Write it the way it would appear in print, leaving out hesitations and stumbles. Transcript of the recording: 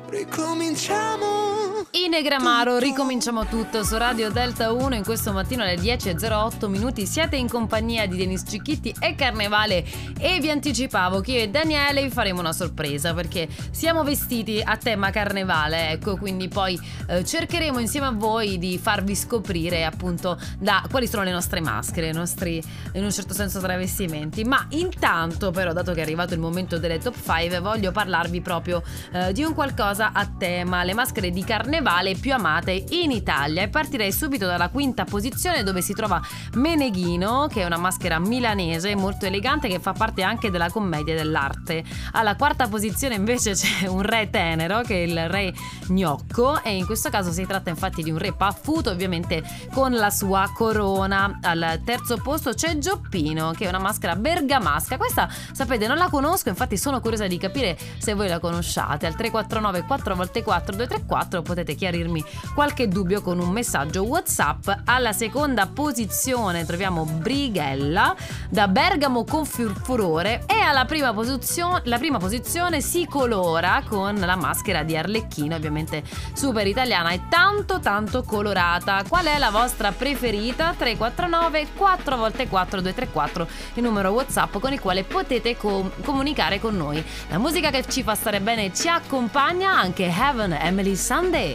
ricominciamo. Inegramaro, ricominciamo tutto su Radio Delta 1 in questo mattino alle 10:08. Siete in compagnia di Dennis Cicchitti e Carnevale e vi anticipavo che io e Daniele vi faremo una sorpresa perché siamo vestiti a tema carnevale, ecco, quindi poi cercheremo insieme a voi di farvi scoprire appunto quali sono le nostre maschere, i nostri in un certo senso travestimenti. Ma intanto però, dato che è arrivato il momento delle top 5, voglio parlarvi proprio di un qualcosa a tema, le maschere di carnevale più amate in Italia, e partirei subito dalla quinta posizione, dove si trova Meneghino, che è una maschera milanese molto elegante che fa parte anche della commedia dell'arte. Alla quarta posizione invece c'è un re tenero, che è il re Gnocco, e in questo caso si tratta infatti di un re paffuto, ovviamente con la sua corona. Al terzo posto c'è Gioppino, che è una maschera bergamasca. Questa, sapete, non la conosco, infatti sono curiosa di capire se voi la conosciate. Al 349 4x4 234 potete chiarirmi qualche dubbio con un messaggio WhatsApp. Alla seconda posizione troviamo Brighella, da Bergamo con furore, e alla prima posizione si colora con la maschera di Arlecchino, ovviamente super italiana e tanto tanto colorata. Qual è la vostra preferita? 349 4x4 234, il numero WhatsApp con il quale potete comunicare con noi. La musica che ci fa stare bene ci accompagna, anche Heaven, Emily Sunday.